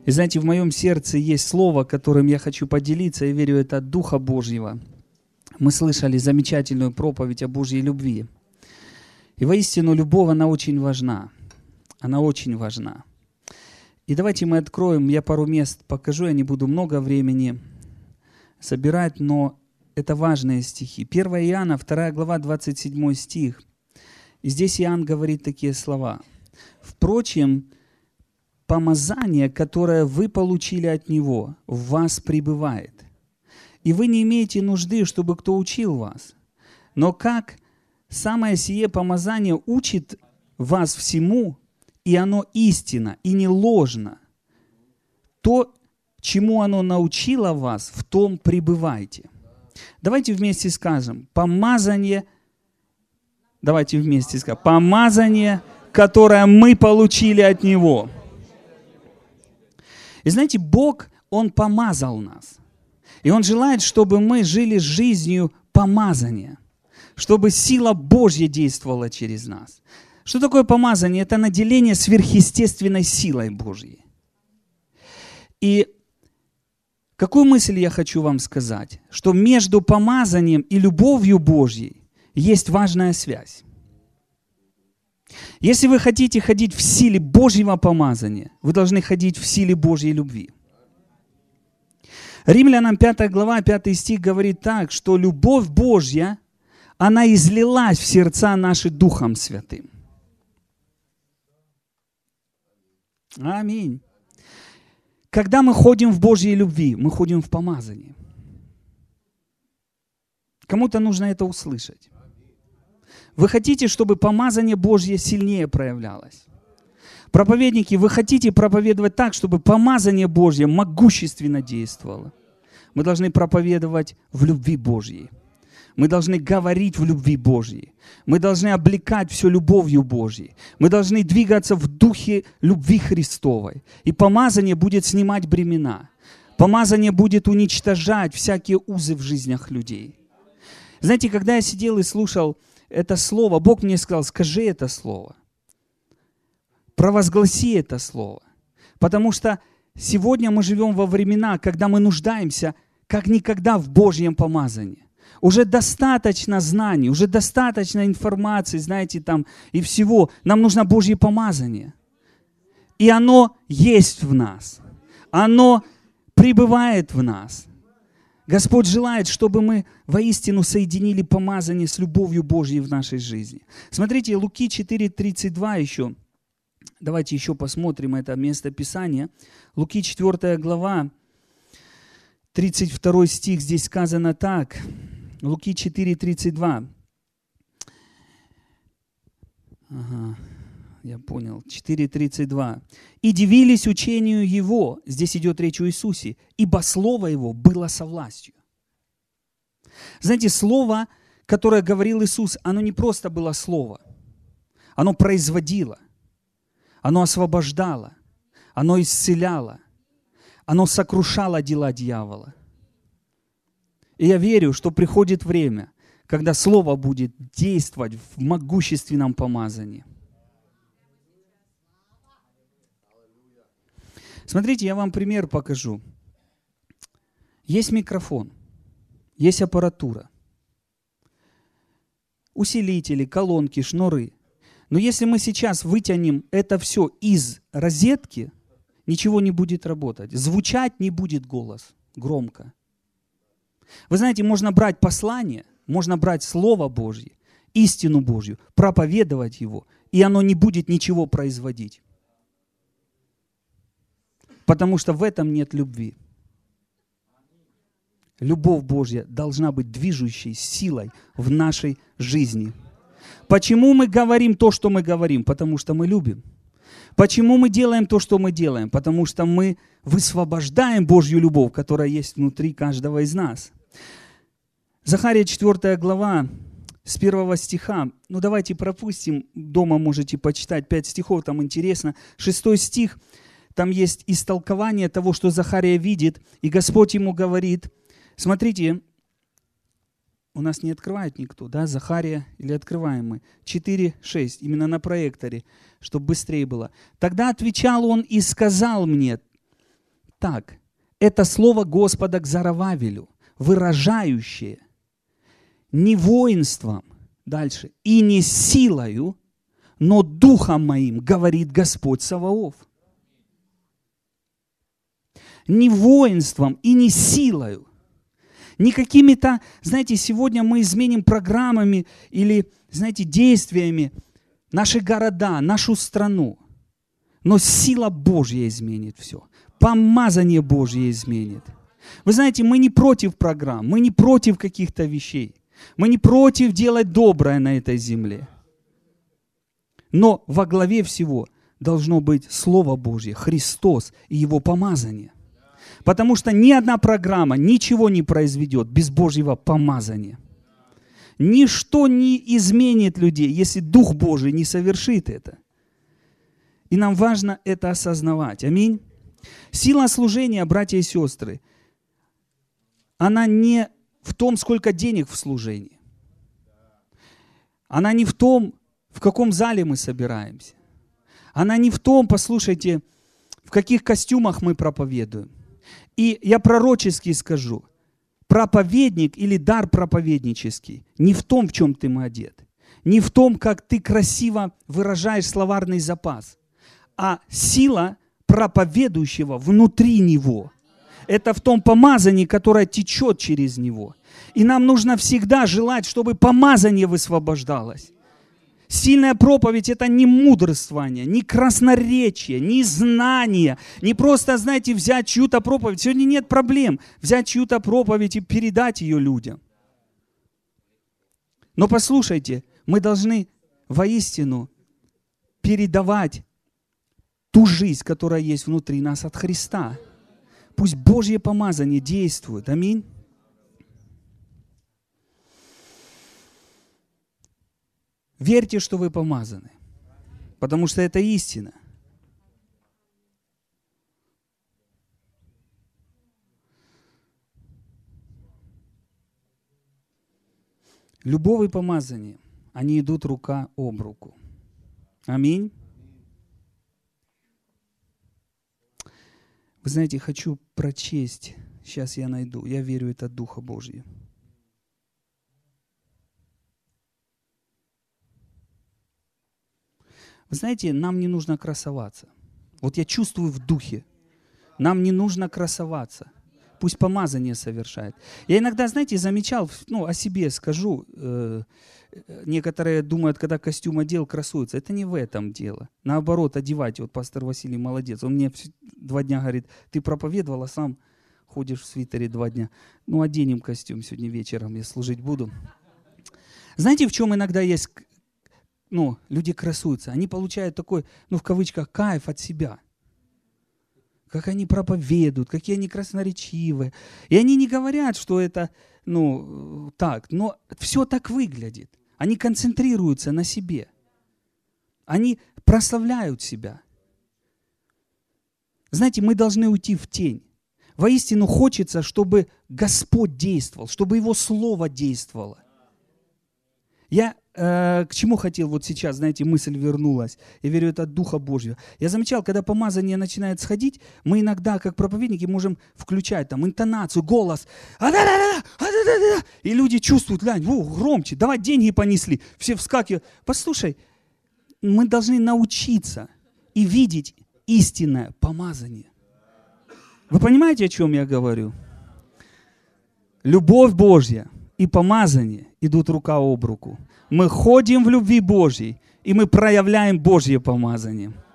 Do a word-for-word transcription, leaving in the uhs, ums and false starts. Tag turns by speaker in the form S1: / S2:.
S1: И знаете, в моем сердце есть слово, которым я хочу поделиться, я верю, это от Духа Божьего. Мы слышали замечательную проповедь о Божьей любви. И воистину любовь, она очень важна. Она очень важна. И давайте мы откроем, я пару мест покажу, я не буду много времени собирать, но это важные стихи. первое Иоанна, вторая глава, двадцать седьмой стих. И здесь Иоанн говорит такие слова. «Впрочем, помазание, которое вы получили от Него, в вас пребывает. И вы не имеете нужды, чтобы кто учил вас. Но как самое сие помазание учит вас всему, и оно истинно, и не ложно, то, чему оно научило вас, в том пребывайте». Давайте вместе скажем, помазание, давайте вместе скажем, помазание, которое мы получили от Него. И знаете, Бог, Он помазал нас. И Он желает, чтобы мы жили жизнью помазания, чтобы сила Божья действовала через нас. Что такое помазание? Это наделение сверхъестественной силой Божьей. И какую мысль я хочу вам сказать? Что между помазанием и любовью Божьей есть важная связь. Если вы хотите ходить в силе Божьего помазания, вы должны ходить в силе Божьей любви. Римлянам пятая глава, пятый стих говорит так, что любовь Божья, она излилась в сердца наши Духом Святым. Аминь. Когда мы ходим в Божьей любви, мы ходим в помазании. Кому-то нужно это услышать. Вы хотите, чтобы помазание Божье сильнее проявлялось? Проповедники, вы хотите проповедовать так, чтобы помазание Божье могущественно действовало? Мы должны проповедовать в любви Божьей. Мы должны говорить в любви Божьей. Мы должны облекать все любовью Божьей. Мы должны двигаться в духе любви Христовой. И помазание будет снимать бремена. Помазание будет уничтожать всякие узы в жизнях людей. Знаете, когда я сидел и слушал это слово, Бог мне сказал, скажи это слово. Провозгласи это слово. Потому что сегодня мы живем во времена, когда мы нуждаемся как никогда в Божьем помазании. Уже достаточно знаний, уже достаточно информации, знаете, там и всего. Нам нужно Божье помазание. И оно есть в нас. Оно пребывает в нас. Господь желает, чтобы мы воистину соединили помазание с любовью Божьей в нашей жизни. Смотрите, Луки четыре тридцать два еще. Давайте еще посмотрим это место Писания. Луки четвёртая глава, тридцать второй стих, здесь сказано так. Луки четыре тридцать два. Ага, я понял. четыре тридцать два. «И дивились учению Его». Здесь идет речь о Иисусе. «Ибо Слово Его было со властью». Знаете, Слово, которое говорил Иисус, оно не просто было Слово. Оно производило. Оно освобождало. Оно исцеляло. Оно сокрушало дела дьявола. И я верю, что приходит время, когда Слово будет действовать в могущественном помазании. Смотрите, я вам пример покажу. Есть микрофон, есть аппаратура, усилители, колонки, шнуры. Но если мы сейчас вытянем это все из розетки, ничего не будет работать. Звучать не будет голос громко. Вы знаете, можно брать послание, можно брать Слово Божье, истину Божью, проповедовать его, и оно не будет ничего производить. Потому что в этом нет любви. Любовь Божья должна быть движущей силой в нашей жизни. Почему мы говорим то, что мы говорим? Потому что мы любим. Почему мы делаем то, что мы делаем? Потому что мы высвобождаем Божью любовь, которая есть внутри каждого из нас. Захария четвёртая глава, с первого стиха. Ну давайте пропустим, дома можете почитать пять стихов, там интересно. Шестой стих, там есть истолкование того, что Захария видит. И Господь ему говорит, смотрите, у нас не открывает никто, да, Захария, или открываем мы? четыре шесть, именно на проекторе, чтобы быстрее было. Тогда отвечал он и сказал мне, так, это слово Господа к Зарававелю, выражающее не воинством, дальше, и не силою, но духом моим, говорит Господь Саваоф. Не воинством и не силою, не какими-то, знаете, сегодня мы изменим программами или, знаете, действиями наши города, нашу страну. Но сила Божья изменит все. Помазание Божье изменит. Вы знаете, мы не против программ, мы не против каких-то вещей. Мы не против делать доброе на этой земле. Но во главе всего должно быть Слово Божье, Христос и Его помазание. Потому что ни одна программа ничего не произведет без Божьего помазания. Ничто не изменит людей, если Дух Божий не совершит это. И нам важно это осознавать. Аминь. Сила служения, братья и сестры, она не в том, сколько денег в служении. Она не в том, в каком зале мы собираемся. Она не в том, послушайте, в каких костюмах мы проповедуем. И я пророчески скажу, проповедник или дар проповеднический не в том, в чем ты одет, не в том, как ты красиво выражаешь словарный запас, а сила проповедующего внутри него. Это в том помазании, которое течет через него. И нам нужно всегда желать, чтобы помазание высвобождалось. Сильная проповедь – это не мудрствование, не красноречие, не знание, не просто, знаете, взять чью-то проповедь. Сегодня нет проблем взять чью-то проповедь и передать ее людям. Но послушайте, мы должны воистину передавать ту жизнь, которая есть внутри нас от Христа. Пусть Божье помазание действует. Аминь. Верьте, что вы помазаны, потому что это истина. Любовь и помазание, они идут рука об руку. Аминь. Вы знаете, хочу прочесть, сейчас я найду, я верю, это от Духа Божьего. Вы знаете, нам не нужно красоваться. Вот я чувствую в духе. Нам не нужно красоваться. Пусть помазание совершает. Я иногда, знаете, замечал, ну, о себе скажу, э, некоторые думают, когда костюм одел, красуются. Это не в этом дело. Наоборот, одевайте. Вот пастор Василий молодец. Он мне два дня говорит, ты проповедовал, а сам ходишь в свитере два дня. Ну, оденем костюм сегодня вечером, я служить буду. Знаете, в чем иногда есть... Ну, люди красуются, они получают такой, ну, в кавычках, кайф от себя. Как они проповедуют, какие они красноречивые. И они не говорят, что это, ну, так, но все так выглядит. Они концентрируются на себе. Они прославляют себя. Знаете, мы должны уйти в тень. Воистину хочется, чтобы Господь действовал, чтобы Его Слово действовало. Я э, к чему хотел вот сейчас, знаете, мысль вернулась. Я верю, это от Духа Божьего. Я замечал, когда помазание начинает сходить, мы иногда, как проповедники, можем включать там интонацию, голос. И люди чувствуют, глянь, о, громче, давай деньги понесли. Все вскакивают. Послушай, мы должны научиться и видеть истинное помазание. Вы понимаете, о чем я говорю? Любовь Божья и помазание идут рука об руку. Мы ходим в любви Божьей, и мы проявляем Божье помазание.